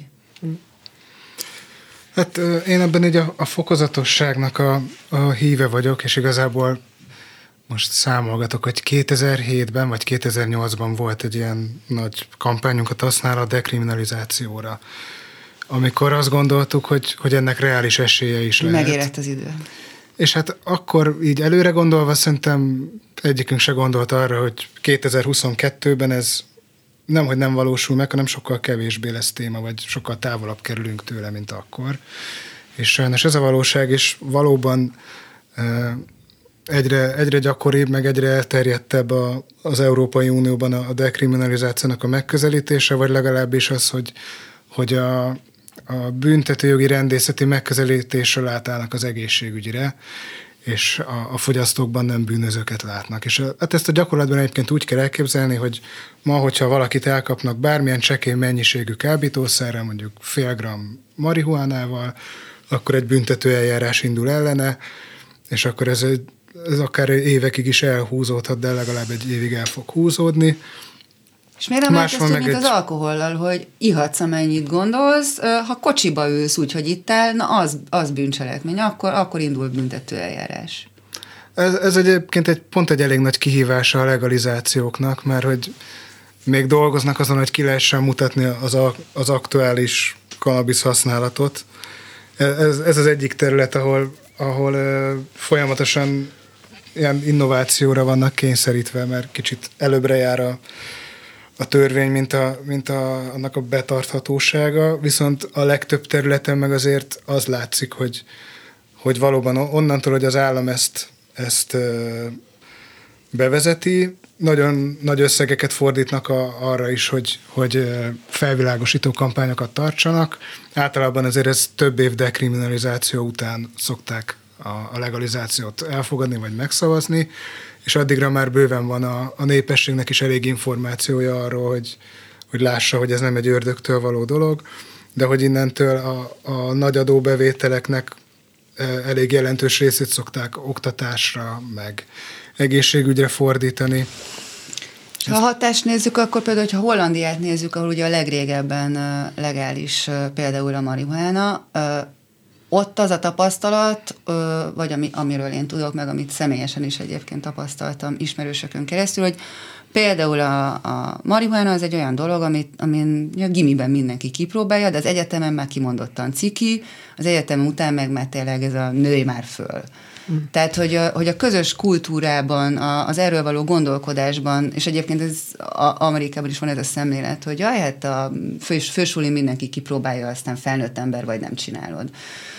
Hát én ebben így a, a fokozatosságnak a, a híve vagyok, és igazából most számolgatok, hogy kétezer-hétben vagy kétezer-nyolcban volt egy ilyen nagy kampányunk a TASZ-nál a dekriminalizációra, amikor azt gondoltuk, hogy, hogy ennek reális esélye is lehet. Megérett az idő. És hát akkor így előre gondolva szerintem egyikünk se gondolt arra, hogy kétezer-huszonkettőben ez nemhogy nem valósul meg, hanem sokkal kevésbé lesz téma, vagy sokkal távolabb kerülünk tőle, mint akkor. És sajnos ez a valóság is valóban egyre, egyre gyakoribb, meg egyre elterjedtebb a, az Európai Unióban a dekriminalizációnak a megközelítése, vagy legalábbis az, hogy, hogy a, a büntetőjogi rendészeti megközelítésről átállnak az egészségügyre, és a, a fogyasztókban nem bűnözőket látnak. És hát ezt a gyakorlatban egyébként úgy kell elképzelni, hogy ma, hogyha valakit elkapnak bármilyen csekély mennyiségű kábítószerrel, mondjuk fél gram marihuánával, akkor egy büntető eljárás indul ellene, és akkor ez, ez akár évekig is elhúzódhat, de legalább egy évig el fog húzódni. És miért nem elkezdtük, mint egy... az alkohollal, hogy ihatsz, amennyit gondolsz, ha kocsiba ülsz úgy, hogy itt áll, na az, az bűncselekmény, akkor, akkor indul büntető eljárás. Ez, ez egyébként egy, pont egy elég nagy kihívása a legalizációknak, mert hogy még dolgoznak azon, hogy ki lehessen mutatni az, a, az aktuális kannabisz használatot. Ez, ez az egyik terület, ahol, ahol uh, folyamatosan ilyen innovációra vannak kényszerítve, mert kicsit előbbre jár a a törvény, mint, a, mint a, annak a betarthatósága, viszont a legtöbb területen meg azért az látszik, hogy, hogy valóban onnantól, hogy az állam ezt, ezt bevezeti, nagyon nagy összegeket fordítnak a, arra is, hogy, hogy felvilágosító kampányokat tartsanak. Általában azért ez több év dekriminalizáció után szokták a, a legalizációt elfogadni vagy megszavazni, és addigra már bőven van a, a népességnek is elég információja arról, hogy, hogy lássa, hogy ez nem egy ördögtől való dolog, de hogy innentől a, a nagy adóbevételeknek elég jelentős részét szokták oktatásra, meg egészségügyre fordítani. Ha a hatást nézzük, akkor például, ha Hollandiát nézzük, ahol ugye a legrégebben legális például a marihuána, ott az a tapasztalat, vagy ami, amiről én tudok, meg amit személyesen is egyébként tapasztaltam ismerősökön keresztül, hogy például a, a marihuána az egy olyan dolog, amit, amin a gimiben mindenki kipróbálja, de az egyetemen már kimondottan ciki, az egyetem után meg már tényleg ez a nőj már föl. Mm. Tehát, hogy a, hogy a közös kultúrában, a, az erről való gondolkodásban, és egyébként ez a, Amerikában is van ez a szemlélet, hogy jaj, hát a fős, fősulin mindenki kipróbálja, aztán felnőtt ember vagy nem csinálod.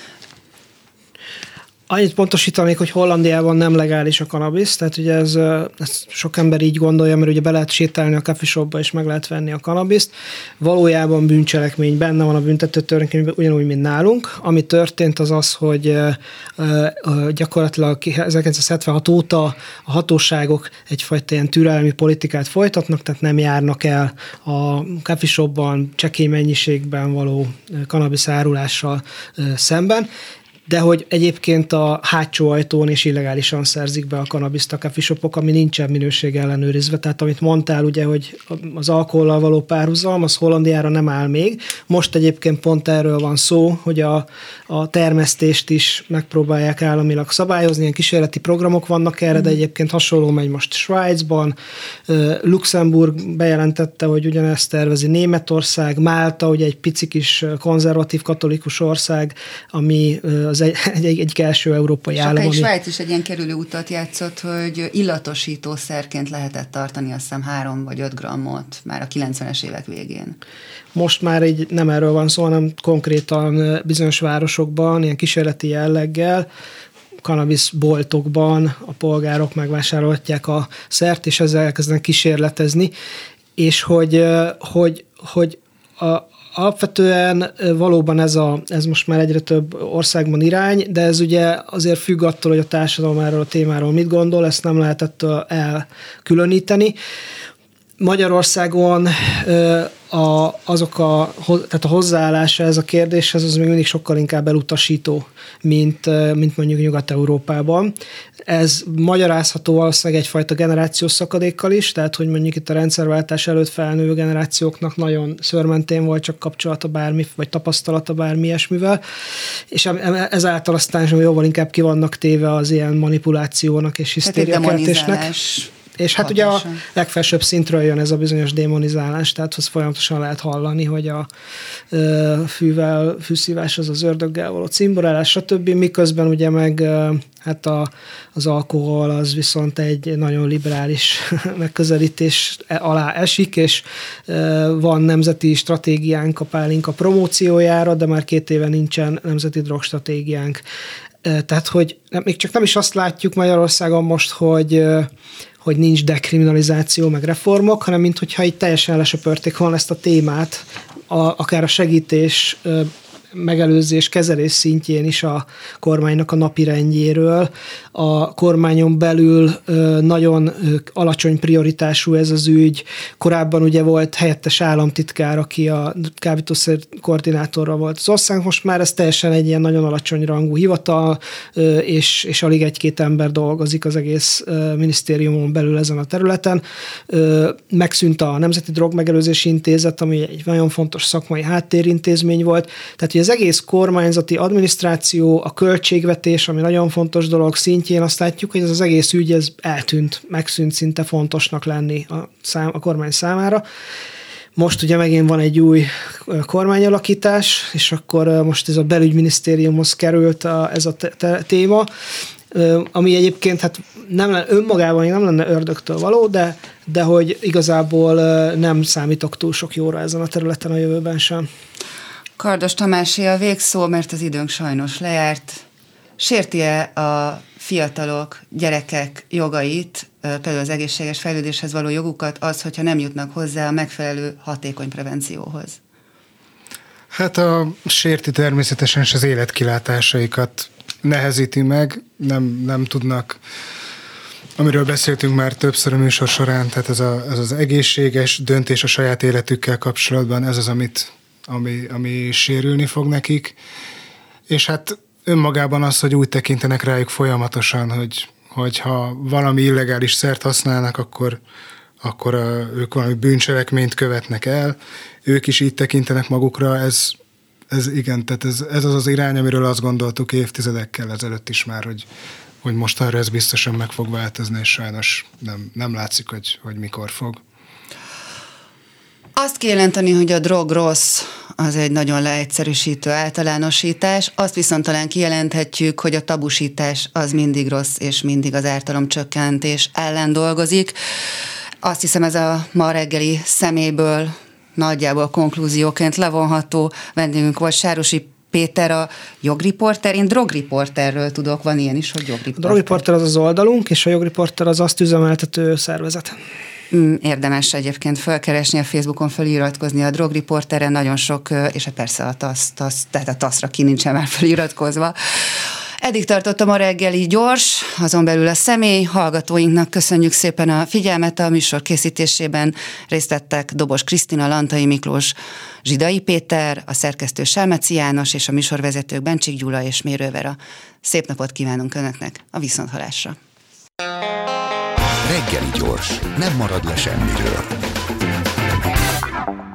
Annyit pontosítanék, hogy Hollandiában nem legális a kannabisz, tehát ugye ez, ez sok ember így gondolja, mert ugye be lehet sétálni a coffee shopba és meg lehet venni a kannabiszt. Valójában bűncselekmény benne van a büntetőtörvénykönyvben, ugyanúgy, mint nálunk. Ami történt az az, hogy gyakorlatilag ezerkilencszázhetvenhat óta a hatóságok egyfajta ilyen türelmi politikát folytatnak, tehát nem járnak el a coffee shopban csekély mennyiségben való kannabisz árulással szemben, de hogy egyébként a hátsó ajtón is illegálisan szerzik be a kannabiszt a coffee shopok, ami nincsen minőség ellenőrizve. Tehát amit mondtál, ugye, hogy az alkohollal való párhuzam, az Hollandiára nem áll még. Most egyébként pont erről van szó, hogy a, a termesztést is megpróbálják államilag szabályozni, ilyen kísérleti programok vannak erre, de egyébként hasonló megy most Svájcban. Luxemburg bejelentette, hogy ugyanezt tervezi, Németország, Málta, ugye egy pici kis konzervatív katolikus ország, ami az egy, egy, egy első európai állam. Sokáig Svájc is egy ilyen kerülő utat játszott, hogy illatosítószerként lehetett tartani azt hiszem három vagy öt grammot már a kilencvenes évek végén. Most már így nem erről van szó, hanem konkrétan bizonyos városokban, ilyen kísérleti jelleggel, kannabisz boltokban a polgárok megvásárolhatják a szert, és ezzel elkezdenek kísérletezni, és hogy, hogy, hogy a, alapvetően valóban ez, a, ez most már egyre több országban irány, de ez ugye azért függ attól, hogy a társadalom erről a témáról mit gondol, ezt nem lehet ettől elkülöníteni. Magyarországon a, azok a, tehát a hozzáállása ez a kérdéshez az még mindig sokkal inkább elutasító, mint, mint mondjuk Nyugat-Európában. Ez magyarázható valószínűleg egyfajta generációs szakadékkal is, tehát hogy mondjuk itt a rendszerváltás előtt felnővő generációknak nagyon szőrmentén volt csak kapcsolata bármi, vagy tapasztalata bármi ilyesmivel, és ezáltal aztán jóval inkább ki vannak téve az ilyen manipulációnak és hisztériakeltésnek. És hát hatása. Ugye a legfelsőbb szintről jön ez a bizonyos démonizálás, tehát az folyamatosan lehet hallani, hogy a ö, fűvel, fűszívás az az ördöggel való cimborálás, stb. Miközben ugye meg ö, hát a, az alkohol az viszont egy nagyon liberális megközelítés alá esik, és ö, van nemzeti stratégiánk a pálinka promóciójára, de már két éve nincsen nemzeti drogstratégiánk. Tehát, hogy még csak nem is azt látjuk Magyarországon most, hogy hogy nincs dekriminalizáció, meg reformok, hanem minthogyha így teljesen lesöpörték volna ezt a témát, a, akár a segítés, megelőzés, kezelés szintjén is a kormánynak a napirendjéről. A kormányon belül nagyon alacsony prioritású ez az ügy. Korábban ugye volt helyettes államtitkár, aki a kábítószer koordinátorra volt az ország, most már ez teljesen egy ilyen nagyon alacsony rangú hivatal, és, és alig egy-két ember dolgozik az egész minisztériumon belül ezen a területen. Megszűnt a Nemzeti Drogmegelőzési Intézet, ami egy nagyon fontos szakmai háttérintézmény volt. Tehát az egész kormányzati adminisztráció, a költségvetés, ami nagyon fontos dolog szintjén, azt látjuk, hogy ez az egész ügy ez eltűnt, megszűnt szinte fontosnak lenni a, szám, a kormány számára. Most ugye megint van egy új kormányalakítás, és akkor most ez a belügyminisztériumhoz került a, ez a te, te, téma, ami egyébként hát nem lenne, önmagában nem lenne ördögtől való, de, de hogy igazából nem számítok túl sok jóra ezen a területen a jövőben sem. Kardos Tamásé a végszó, mert az időnk sajnos lejárt. Sérti-e a fiatalok, gyerekek jogait, például az egészséges fejlődéshez való jogukat az, hogyha nem jutnak hozzá a megfelelő hatékony prevencióhoz? Hát a sérti természetesen az életkilátásaikat nehezíti meg, nem, nem tudnak, amiről beszéltünk már többször a műsor során, tehát ez, a, ez az egészséges döntés a saját életükkel kapcsolatban, ez az, amit Ami, ami sérülni fog nekik, és hát önmagában az, hogy úgy tekintenek rájuk folyamatosan, hogy, hogy ha valami illegális szert használnak, akkor, akkor a, ők valami bűncselekményt követnek el, ők is így tekintenek magukra, ez, ez igen, tehát ez, ez az az irány, amiről azt gondoltuk évtizedekkel ezelőtt is már, hogy, hogy mostanra ez biztosan meg fog változni, és sajnos nem, nem látszik, hogy, hogy mikor fog. Azt kijelenteni, hogy a drog rossz, az egy nagyon leegyszerűsítő általánosítás, azt viszont talán kijelenthetjük, hogy a tabusítás az mindig rossz, és mindig az ártalomcsökkentés ellen dolgozik. Azt hiszem, ez a ma reggeli szeméből nagyjából konklúzióként levonható. Vendégünk volt Sárosi Péter, a jogriporter. Én drogriporterről tudok, van ilyen is, hogy jogriporter. A drogriporter az az oldalunk, és a jogriporter az azt üzemeltető szervezet. Érdemes egyébként felkeresni a Facebookon, feliratkozni a drogriporterre, nagyon sok, és persze a TASZ, TASZ, tehát a taszra ki nincsen már feliratkozva. Eddig tartottam a reggeli gyors, azon belül a személy. Hallgatóinknak köszönjük szépen a figyelmet, a műsor készítésében részt vettek Dobos Krisztina, Lantai Miklós, Zsidai Péter, a szerkesztő Selmeci János és a műsorvezetők Bencsik Gyula és Mérő Vera. Szép napot kívánunk Önöknek, a viszonthallásra. Reggeli gyors, nem marad le semmiről.